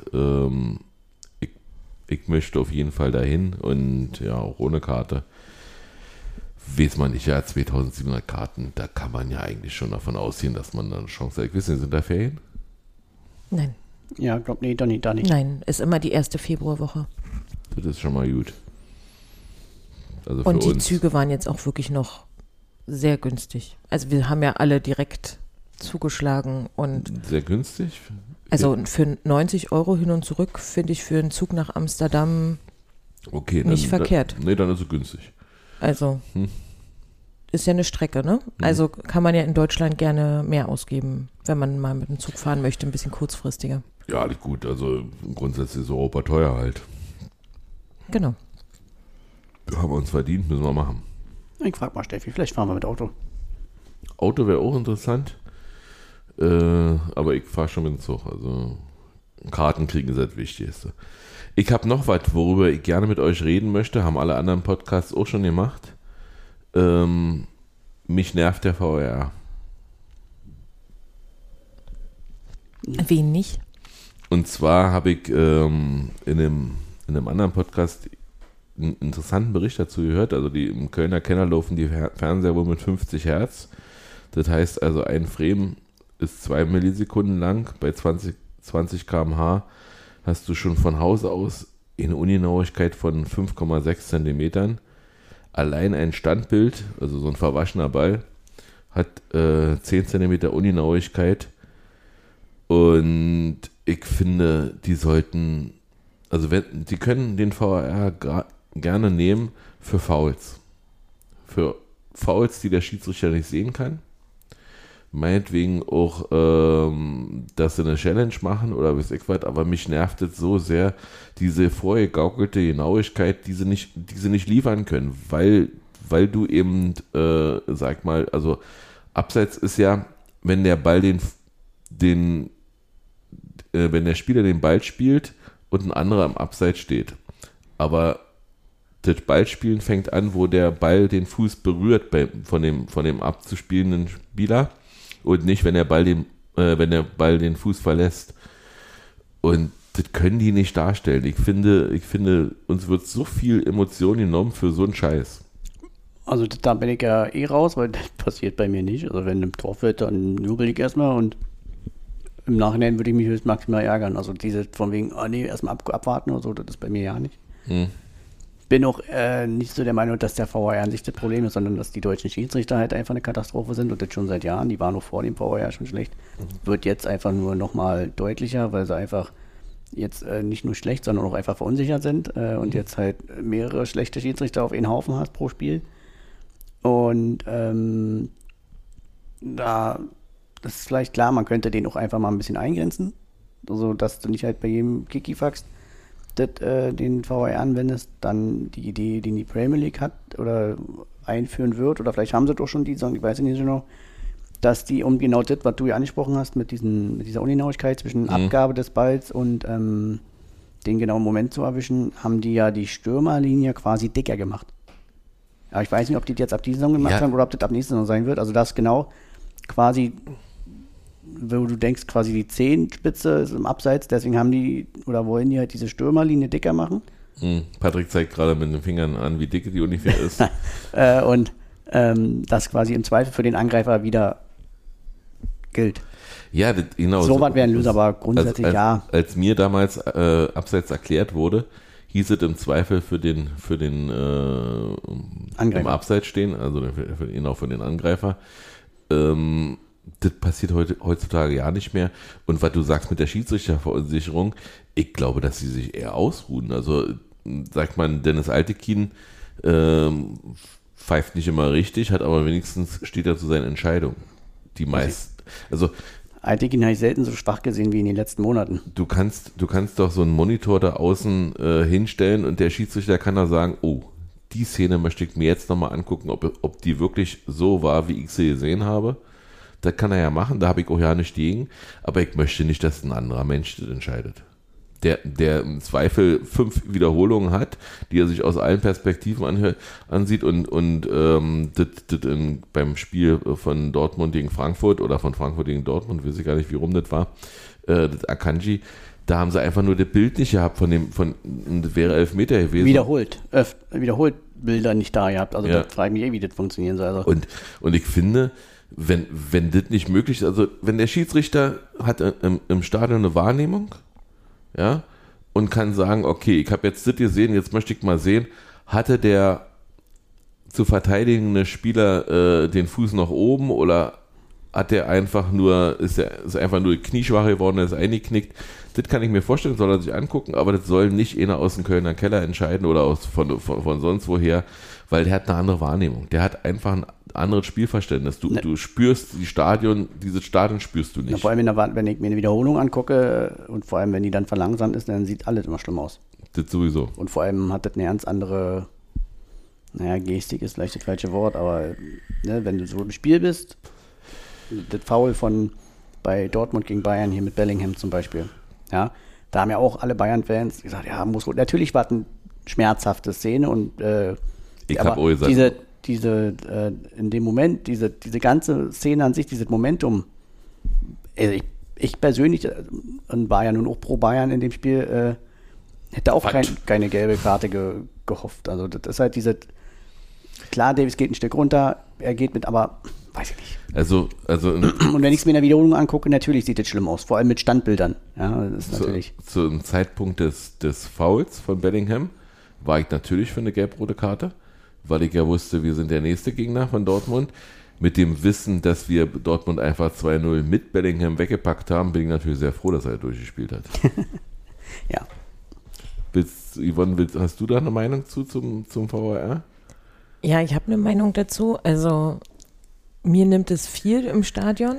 Ich möchte auf jeden Fall dahin und ja, auch ohne Karte. Weiß man nicht, ja, 2700 Karten, da kann man ja eigentlich schon davon ausgehen, dass man dann eine Chance hat. Wissen Sie, sind da Ferien? Nein. Ja, glaub, nee, da nicht. Nein, ist immer die erste Februarwoche. Das ist schon mal gut. Also und für die uns. Züge waren jetzt auch wirklich noch sehr günstig. Also wir haben ja alle direkt zugeschlagen und Sehr günstig? also für 90 € hin und zurück finde ich für einen Zug nach Amsterdam Okay, nicht verkehrt. Dann ist es günstig. Also ist ja eine Strecke, ne? Also kann man ja in Deutschland gerne mehr ausgeben, wenn man mal mit dem Zug fahren möchte, ein bisschen kurzfristiger. Ja, alles gut. Also grundsätzlich ist Europa teuer halt. Genau. Haben wir uns verdient, müssen wir machen. Ich frag mal Steffi, vielleicht fahren wir mit Auto. Auto wäre auch interessant. Aber ich fahre schon mit dem Zug. Also Karten kriegen ist das Wichtigste. Ich habe noch was, worüber ich gerne mit euch reden möchte. Haben alle anderen Podcasts auch schon gemacht. Mich nervt der VR. Wen nicht? Und zwar habe ich in einem anderen Podcast einen interessanten Bericht dazu gehört. Also im Kölner Keller laufen die Fernseher wohl mit 50 Hertz. Das heißt also, ein Frame ist 2 Millisekunden lang. Bei 20 km/h hast du schon von Haus aus eine Ungenauigkeit von 5,6 Zentimetern. Allein ein Standbild, also so ein verwaschener Ball, hat 10 Zentimeter Ungenauigkeit. Und ich finde, die sollten, also die können den VAR gerne nehmen für Fouls. Für Fouls, die der Schiedsrichter nicht sehen kann. Meinetwegen auch, dass sie eine Challenge machen oder weiß ich was, aber mich nervt es so sehr, diese vorgegaukelte Genauigkeit, die sie nicht liefern können, weil du eben, sag mal, also Abseits ist ja, wenn der Ball wenn der Spieler den Ball spielt und ein anderer am Abseits steht. Aber das Ballspielen fängt an, wo der Ball den Fuß berührt von dem abzuspielenden Spieler und nicht, wenn der Ball den Fuß verlässt. Und das können die nicht darstellen. Ich finde, uns wird so viel Emotion genommen für so einen Scheiß. Also da bin ich ja raus, weil das passiert bei mir nicht. Also wenn ein Tor fällt, dann jubel ich erstmal und im Nachhinein würde ich mich höchst maximal ärgern. Also diese von wegen, erstmal abwarten oder so, das ist bei mir ja nicht. Bin auch nicht so der Meinung, dass der VAR an sich das Problem ist, sondern dass die deutschen Schiedsrichter halt einfach eine Katastrophe sind und das schon seit Jahren. Die waren auch vor dem VAR schon schlecht. Wird jetzt einfach nur nochmal deutlicher, weil sie einfach jetzt nicht nur schlecht, sondern auch einfach verunsichert sind und jetzt halt mehrere schlechte Schiedsrichter auf einen Haufen hast pro Spiel. Und das ist vielleicht klar, man könnte den auch einfach mal ein bisschen eingrenzen, also dass du nicht halt bei jedem Kikifax den VAR anwendest, dann die Idee, die Premier League hat oder einführen wird, oder vielleicht haben sie doch schon die Saison, ich weiß nicht genau, dass die um genau das, was du ja angesprochen hast, mit dieser Ungenauigkeit zwischen Abgabe des Balls und den genauen Moment zu erwischen, haben die ja die Stürmerlinie quasi dicker gemacht. Aber ich weiß nicht, ob die jetzt ab dieser Saison gemacht haben oder ob das ab nächster Saison sein wird. Also das genau quasi, wo du denkst, quasi die Zehenspitze ist im Abseits, deswegen haben die oder wollen die halt diese Stürmerlinie dicker machen. Patrick zeigt gerade mit den Fingern an, wie dick die ungefähr ist. Und das quasi im Zweifel für den Angreifer wieder gilt. Ja, genau. So was wäre ein Löser, aber grundsätzlich ja. Als mir damals Abseits erklärt wurde, hieß es im Zweifel für den im Abseits stehen, also für den Angreifer, das passiert heutzutage ja nicht mehr. Und was du sagst mit der Schiedsrichterverunsicherung, ich glaube, dass sie sich eher ausruhen. Also sagt man, Dennis Altekin pfeift nicht immer richtig, hat aber wenigstens steht er zu seinen Entscheidungen. Die meisten, also Altekin habe ich selten so schwach gesehen wie in den letzten Monaten. du kannst doch so einen Monitor da außen hinstellen und der Schiedsrichter kann da sagen, oh, die Szene möchte ich mir jetzt nochmal angucken, ob die wirklich so war, wie ich sie gesehen habe. Das kann er ja machen, da habe ich auch ja nicht gegen, aber ich möchte nicht, dass ein anderer Mensch das entscheidet. Der im Zweifel 5 Wiederholungen hat, die er sich aus allen Perspektiven ansieht und beim Spiel von Dortmund gegen Frankfurt oder von Frankfurt gegen Dortmund, weiß ich gar nicht, wie rum das war, das Akanji, da haben sie einfach nur das Bild nicht gehabt das wäre 11 Meter gewesen. Wiederholt Bilder nicht da gehabt, also da frage ich mich wie das funktionieren soll. Also. Und ich finde, wenn das nicht möglich ist, also wenn der Schiedsrichter hat im Stadion eine Wahrnehmung, ja, und kann sagen, okay, ich habe jetzt das gesehen, jetzt möchte ich mal sehen, hatte der zu verteidigende Spieler den Fuß nach oben oder hat der einfach nur, ist einfach nur knieschwach geworden, ist eingeknickt. Das kann ich mir vorstellen, soll er sich angucken, aber das soll nicht einer aus dem Kölner Keller entscheiden oder von sonst woher, weil der hat eine andere Wahrnehmung. Der hat einfach ein anderes Spielverständnis. Du spürst dieses Stadion spürst du nicht. Ja, vor allem, wenn ich mir eine Wiederholung angucke und vor allem, wenn die dann verlangsamt ist, dann sieht alles immer schlimm aus. Das sowieso. Und vor allem hat das eine ganz andere, Gestik ist vielleicht das falsche Wort, aber wenn du so im Spiel bist, das Foul bei Dortmund gegen Bayern hier mit Bellingham zum Beispiel, ja, da haben ja auch alle Bayern-Fans gesagt, ja, natürlich war es eine schmerzhafte Szene und ich habe auch gesagt, in dem Moment, diese ganze Szene an sich, dieses Momentum, also ich persönlich, und war ja nun auch pro Bayern in dem Spiel, hätte auch keine gelbe Karte gehofft. Also das ist halt klar, Davies geht ein Stück runter, er geht mit, aber weiß ich nicht. Also und wenn ich es mir in der Wiederholung angucke, natürlich sieht das schlimm aus, vor allem mit Standbildern. Ja, das ist natürlich. Zum Zeitpunkt des Fouls von Bellingham war ich natürlich für eine gelb-rote Karte, weil ich ja wusste, wir sind der nächste Gegner von Dortmund. Mit dem Wissen, dass wir Dortmund einfach 2-0 mit Bellingham weggepackt haben, bin ich natürlich sehr froh, dass er durchgespielt hat. Ja. Yvonne, hast du da eine Meinung zum VAR? Ja, ich habe eine Meinung dazu. Also mir nimmt es viel im Stadion.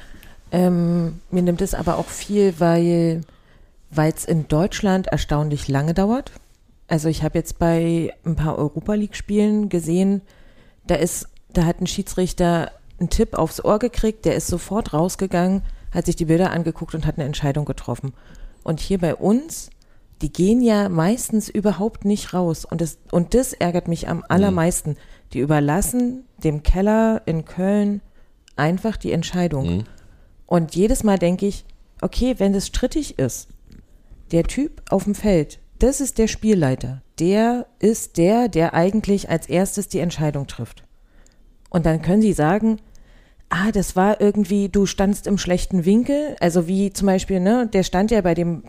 Mir nimmt es aber auch viel, weil es in Deutschland erstaunlich lange dauert. Also ich habe jetzt bei ein paar Europa-League-Spielen gesehen, da hat ein Schiedsrichter einen Tipp aufs Ohr gekriegt, der ist sofort rausgegangen, hat sich die Bilder angeguckt und hat eine Entscheidung getroffen. Und hier bei uns, die gehen ja meistens überhaupt nicht raus. Und das ärgert mich am allermeisten. Die überlassen dem Keller in Köln einfach die Entscheidung. Und jedes Mal denke ich, okay, wenn das strittig ist, der Typ auf dem Feld, das ist der Spielleiter. Der ist der eigentlich als erstes die Entscheidung trifft. Und dann können sie sagen, das war irgendwie, du standst im schlechten Winkel. Also wie zum Beispiel, der stand ja bei dem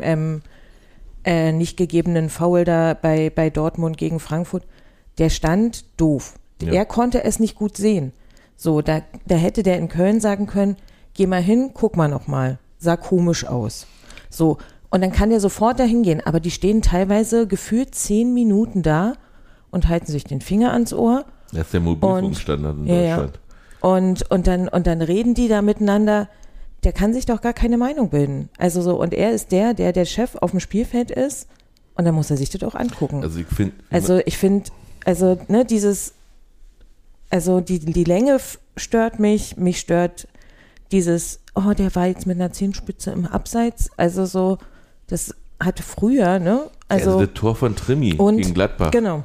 nicht gegebenen Foul da bei Dortmund gegen Frankfurt. Der stand doof. Ja. Er konnte es nicht gut sehen. So, da hätte der in Köln sagen können, geh mal hin, guck mal nochmal. Sah komisch aus. So. Und dann kann der sofort dahin gehen, aber die stehen teilweise gefühlt 10 Minuten da und halten sich den Finger ans Ohr. Das ist der Mobilfunkstandard in Deutschland. Ja. Und dann reden die da miteinander. Der kann sich doch gar keine Meinung bilden. Also so, und er ist der Chef auf dem Spielfeld ist und dann muss er sich das auch angucken. Ich finde, die Länge stört mich stört dieses, der war jetzt mit einer Zehenspitze im Abseits, also so, das hatte früher, Also das Tor von Trimi gegen Gladbach. Genau.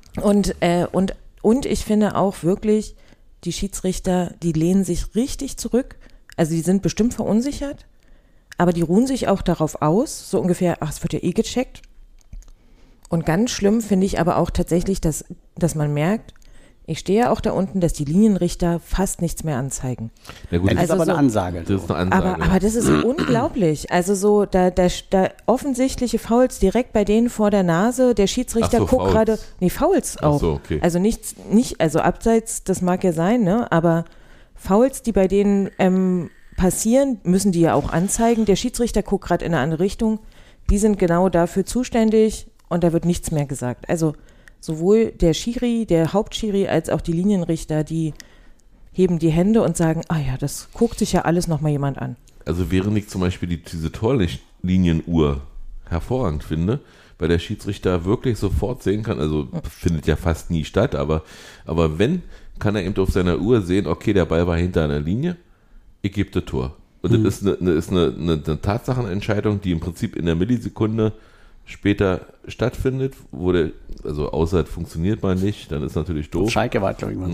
Und ich finde auch wirklich, die Schiedsrichter, die lehnen sich richtig zurück. Also die sind bestimmt verunsichert, aber die ruhen sich auch darauf aus, so ungefähr, es wird ja gecheckt. Und ganz schlimm finde ich aber auch tatsächlich, dass man merkt, ich stehe ja auch da unten, dass die Linienrichter fast nichts mehr anzeigen. Ja gut, das ist aber eine Ansage. Das ist eine Ansage. Aber das ist unglaublich. Also so, da offensichtliche Fouls direkt bei denen vor der Nase, der Schiedsrichter guckt gerade, Fouls auch. So, okay. Also nicht, also abseits, das mag ja sein, aber Fouls, die bei denen passieren, müssen die ja auch anzeigen. Der Schiedsrichter guckt gerade in eine andere Richtung. Die sind genau dafür zuständig und da wird nichts mehr gesagt. Also sowohl der Schiri, der Hauptschiri, als auch die Linienrichter, die heben die Hände und sagen, das guckt sich ja alles nochmal jemand an. Also während ich zum Beispiel diese Torlinienuhr hervorragend finde, weil der Schiedsrichter wirklich sofort sehen kann, also findet ja fast nie statt, aber wenn, kann er eben auf seiner Uhr sehen, okay, der Ball war hinter einer Linie, ich gebe das Tor. Und das ist eine Tatsachenentscheidung, die im Prinzip in der Millisekunde später stattfindet, also außer es funktioniert mal nicht, dann ist natürlich doof. Schalke war, glaube ich, mal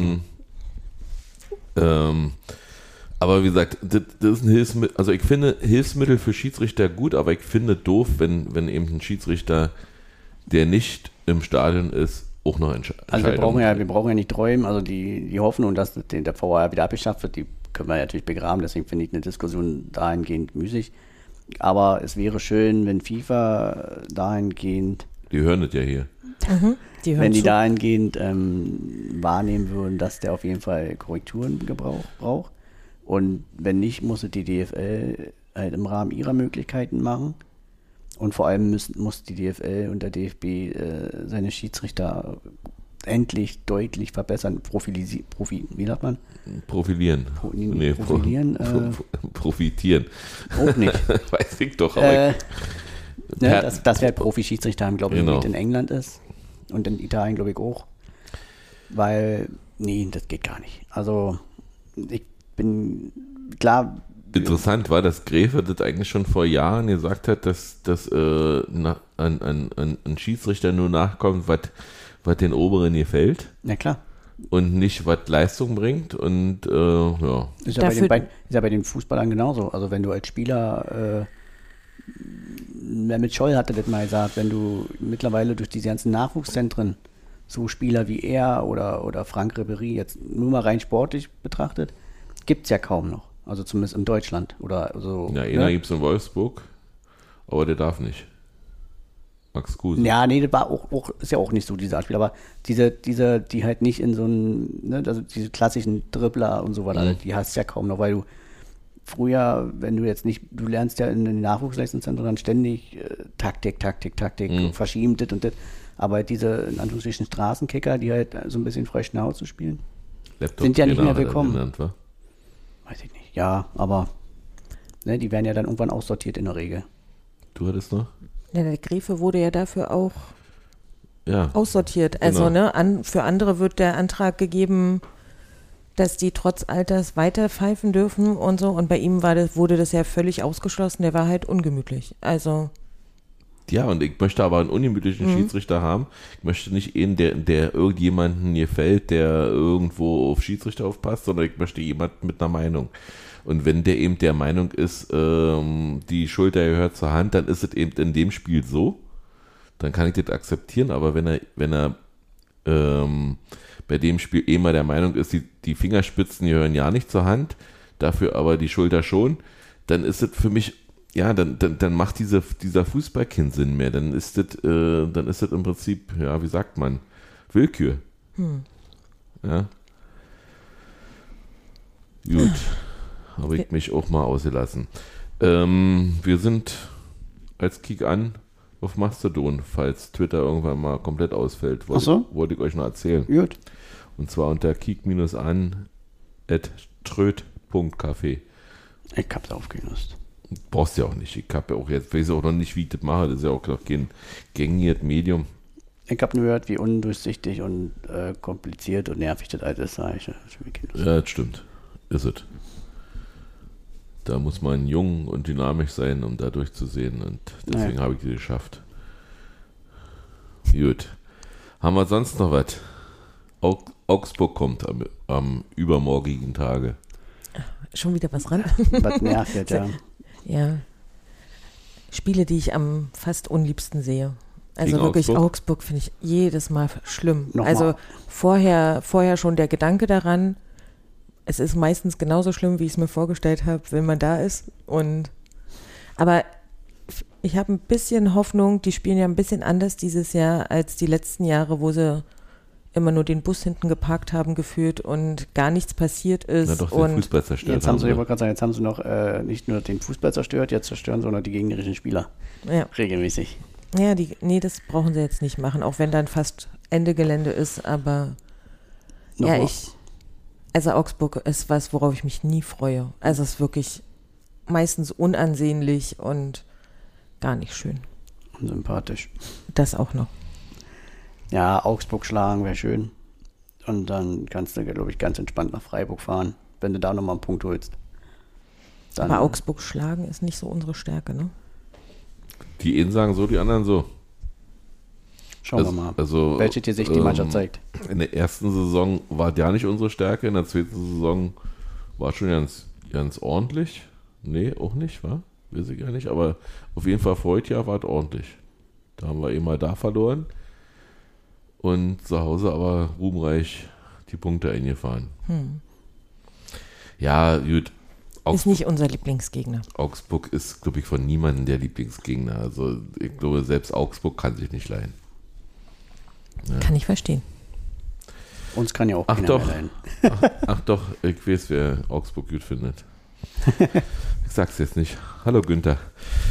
so. Aber wie gesagt, das ist ein Hilfsmittel, also ich finde Hilfsmittel für Schiedsrichter gut, aber ich finde doof, wenn eben ein Schiedsrichter, der nicht im Stadion ist, auch noch entscheidet. Also wir brauchen ja nicht träumen, also die Hoffnung, dass der VAR wieder abgeschafft wird, die können wir natürlich begraben, deswegen finde ich eine Diskussion dahingehend müßig. Aber es wäre schön, wenn FIFA dahingehend... Die hören das ja hier. Wenn die dahingehend wahrnehmen würden, dass der auf jeden Fall Korrekturen braucht. Und wenn nicht, muss die DFL halt im Rahmen ihrer Möglichkeiten machen. Und vor allem muss die DFL und der DFB seine Schiedsrichter endlich deutlich verbessern. Wie sagt man? Profilieren. Profilieren. Profitieren. Auch nicht. Weiß ich doch. Aber dass wir Profi-Schiedsrichter haben, glaube ich, genau. in England ist. Und in Italien, glaube ich, auch. Weil, das geht gar nicht. Also, ich bin klar. Interessant war, dass Gräfe das eigentlich schon vor Jahren gesagt hat, dass ein Schiedsrichter nur nachkommt, was den Oberen gefällt. Na klar. Und nicht, was Leistung bringt. Und Ist ja bei den Fußballern genauso. Also wenn du als Spieler, mit Scholl hatte das mal gesagt, wenn du mittlerweile durch diese ganzen Nachwuchszentren so Spieler wie er oder Franck Ribéry jetzt nur mal rein sportlich betrachtet, gibt es ja kaum noch. Also zumindest in Deutschland oder so. Ja, einer gibt es in Wolfsburg, aber der darf nicht. Max Kruse. Ja, das war auch ist ja auch nicht so dieser Spiel, aber diese, die halt nicht in so einen, also diese klassischen Dribbler und so weiter, die hast du ja kaum noch, weil du früher, wenn du jetzt nicht, du lernst ja in den Nachwuchsleistungszentren dann ständig Taktik, verschieben, das und das, aber diese, in Anführungsstrichen, Straßenkicker, die halt so ein bisschen frei Schnauze spielen, sind ja nicht mehr willkommen. Weiß ich nicht, ja, aber die werden ja dann irgendwann aussortiert in der Regel. Du hattest noch? Ja, der Gräfe wurde ja dafür auch ja, aussortiert. Also genau. Für andere wird der Antrag gegeben, dass die trotz Alters weiter pfeifen dürfen und so. Und bei ihm wurde das ja völlig ausgeschlossen. Der war halt ungemütlich. Also ja, und ich möchte aber einen ungemütlichen Schiedsrichter haben. Ich möchte nicht einen, der irgendjemanden gefällt, der irgendwo auf Schiedsrichter aufpasst, sondern ich möchte jemanden mit einer Meinung. Und wenn der eben der Meinung ist, die Schulter gehört zur Hand, dann ist es eben in dem Spiel so. Dann kann ich das akzeptieren, aber wenn er bei dem Spiel immer der Meinung ist, die Fingerspitzen gehören ja nicht zur Hand, dafür aber die Schulter schon, dann ist es für mich, ja, dann macht dieser Fußball keinen Sinn mehr. Dann ist das im Prinzip, ja, wie sagt man, Willkür. Ja. Gut. Habe ich mich auch mal ausgelassen. Wir sind als Kick an auf Mastodon, falls Twitter irgendwann mal komplett ausfällt. Wollte ich euch noch erzählen. Gut. Und zwar unter kick-an@tröd.café. Ich hab's aufgelöst. Brauchst du ja auch nicht. Ich habe ja auch jetzt, weiß auch noch nicht, wie ich das mache. Das ist ja auch noch kein gängiges Medium. Ich habe nur gehört, wie undurchsichtig und kompliziert und nervig das alles ist. Ja, das stimmt. Ist es. Da muss man jung und dynamisch sein, um da durchzusehen. Und deswegen habe ich die geschafft. Gut. Haben wir sonst noch was? Augsburg kommt am übermorgigen Tage. Schon wieder was ran. Was nervt jetzt, ja. Ja. Spiele, die ich am fast unliebsten sehe. Also Gegen wirklich Augsburg finde ich jedes Mal schlimm. Nochmal. Also vorher schon der Gedanke daran, es ist meistens genauso schlimm, wie ich es mir vorgestellt habe, wenn man da ist. Aber ich habe ein bisschen Hoffnung, die spielen ja ein bisschen anders dieses Jahr als die letzten Jahre, wo sie immer nur den Bus hinten geparkt haben gefühlt und gar nichts passiert ist. Na doch, den und Fußball zerstört Jetzt haben sie, ich ne? wollte gerade sagen, jetzt haben sie noch nicht nur den Fußball zerstört, jetzt zerstören sie auch noch die gegnerischen Spieler. ja, Regelmäßig. ja, das brauchen sie jetzt nicht machen, auch wenn dann fast Ende Gelände ist, aber Noch ja, mal. also Augsburg ist was, worauf ich mich nie freue. Also es ist wirklich meistens unansehnlich und gar nicht schön. Sympathisch. Das auch noch. Ja, Augsburg schlagen wäre schön. Und dann kannst du, glaube ich, ganz entspannt nach Freiburg fahren, wenn du da nochmal einen Punkt holst. Dann, Aber Augsburg schlagen ist nicht so unsere Stärke, ne? Die einen sagen so, die anderen so. schauen wir mal, Also, welche dir sich die Mannschaft zeigt. In der ersten Saison war der nicht unsere Stärke, in der zweiten Saison war schon ganz ordentlich. Nee, auch nicht, wa? Weiß ich gar nicht, aber auf jeden Fall vor heute Jahr war es ordentlich. Da haben wir mal da verloren und zu Hause aber ruhmreich die Punkte eingefahren. Ja, gut. Ist nicht unser Lieblingsgegner. Augsburg ist, glaube ich, von niemandem der Lieblingsgegner. Also ich glaube, selbst Augsburg kann sich nicht leihen. Kann ich verstehen. Uns kann ja auch Ach keiner doch. mehr leiden. Ach doch, ich weiß, wer Augsburg gut findet. Ich sag's jetzt nicht. Hallo Günther.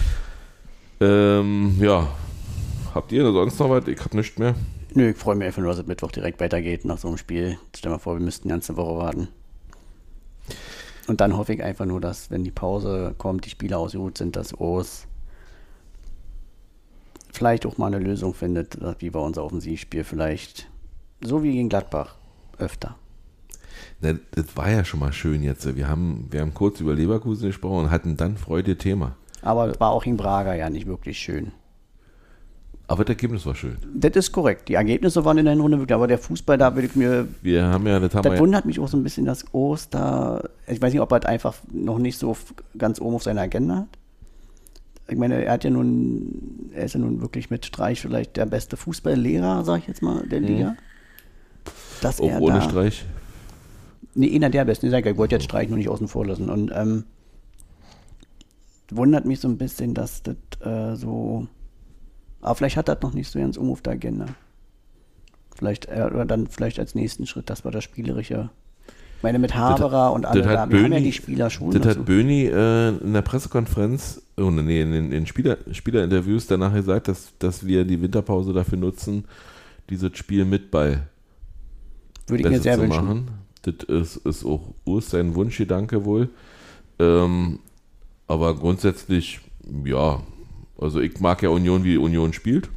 Ja. Habt ihr sonst noch was? Ich hab nichts mehr. Nö, ich freue mich einfach nur, dass es Mittwoch direkt weitergeht nach so einem Spiel. Stell dir mal vor, wir müssten die ganze Woche warten. Und dann hoffe ich einfach nur, dass, wenn die Pause kommt, die Spieler ausgeruht sind, dass Urs vielleicht auch mal eine Lösung findet, wie bei unser Offensivspiel vielleicht, so wie gegen Gladbach, öfter. Na, das war ja schon mal schön jetzt. Wir haben kurz über Leverkusen gesprochen und hatten dann Freude Thema. Aber war auch in Braga ja nicht wirklich schön. Aber das Ergebnis war schön. Das ist korrekt. Die Ergebnisse waren in der Runde wirklich, aber der Fußball, da würde ich mir. Wir haben ja, Das wundert mich auch so ein bisschen, dass Urs da. Ich weiß nicht, ob er halt einfach noch nicht so ganz oben auf seiner Agenda hat. Ich meine, er ist ja nun wirklich mit Streich vielleicht der beste Fußballlehrer, sag ich jetzt mal, der Liga. Dass auch er ohne da, Streich. Nee, einer der besten. Ich wollte jetzt Streich noch nicht außen vor lassen. Und wundert mich so ein bisschen, dass das so. Aber vielleicht hat das noch nicht so ganz auf der Agenda. Vielleicht, oder dann vielleicht als nächsten Schritt, das war das Spielerische. Ich meine, mit Haberer und alle da, wir haben ja die Spieler schon. Das dazu. hat Böni in der Pressekonferenz, in den Spielerinterviews danach gesagt, dass wir die Winterpause dafür nutzen, dieses Spiel mit Ball Würde ich mir besser sehr zu wünschen. machen. Das ist auch Urs sein Wunschgedanke wohl. Aber grundsätzlich, ja, also ich mag ja Union, wie Union spielt.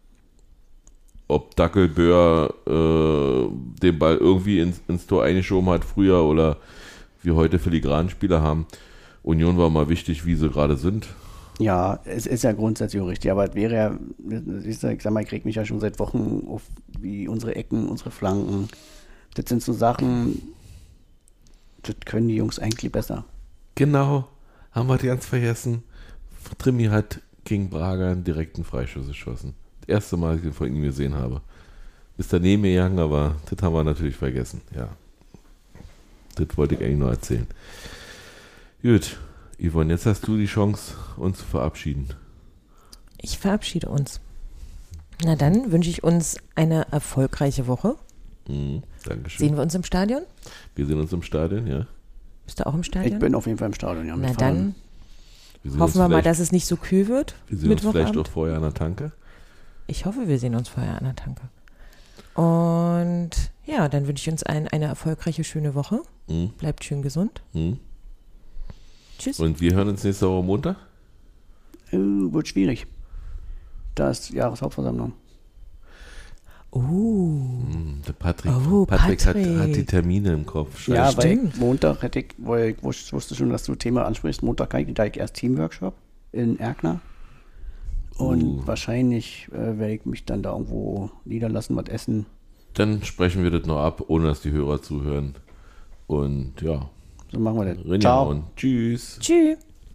Ob Dackelböhr den Ball irgendwie ins Tor eingeschoben hat früher oder wir heute Filigranspieler haben. Union war mal wichtig, wie sie gerade sind. Ja, es ist ja grundsätzlich auch richtig, aber es wäre ja, ich sag mal, ich reg mich ja schon seit Wochen auf, wie unsere Ecken, unsere Flanken. Das sind so Sachen, das können die Jungs eigentlich besser. Genau, haben wir ganz vergessen. Trimi hat gegen Braga einen direkten Freischuss geschossen. Das erste Mal, dass ich den von ihm gesehen habe. Ist daneben gegangen, aber das haben wir natürlich vergessen. Ja, das wollte ich eigentlich nur erzählen. Gut, Yvonne, jetzt hast du die Chance, uns zu verabschieden. Ich verabschiede uns. Na dann wünsche ich uns eine erfolgreiche Woche. Dankeschön. Sehen wir uns im Stadion? Wir sehen uns im Stadion, ja. Bist du auch im Stadion? Ich bin auf jeden Fall im Stadion, ja. Na mitfahren. Wir sehen dann hoffen wir uns mal, vielleicht- dass es nicht so kühl wird. Wir sehen uns vielleicht Mittwochabend. auch vorher an der Tanke. Ich hoffe, wir sehen uns vorher an der Tanke. Und ja, dann wünsche ich uns allen eine erfolgreiche, schöne Woche. Mhm. Bleibt schön gesund. Mhm. Tschüss. Und wir hören uns nächste Woche Montag. Wird schwierig. Da ist Jahreshauptversammlung. Der Patrick, Oh, Patrick hat Patrick. die Termine im Kopf. Ja, Scheiße. weil Stimmt. Montag hätte ich, weil ich wusste schon, dass du Thema ansprichst. Montag kann ich gleich erst Teamworkshop in Erkner. Und wahrscheinlich werde ich mich dann da irgendwo niederlassen, was essen. Dann sprechen wir das noch ab, ohne dass die Hörer zuhören. Und ja, So machen wir das. Rinja Ciao. und tschüss. Tschüss.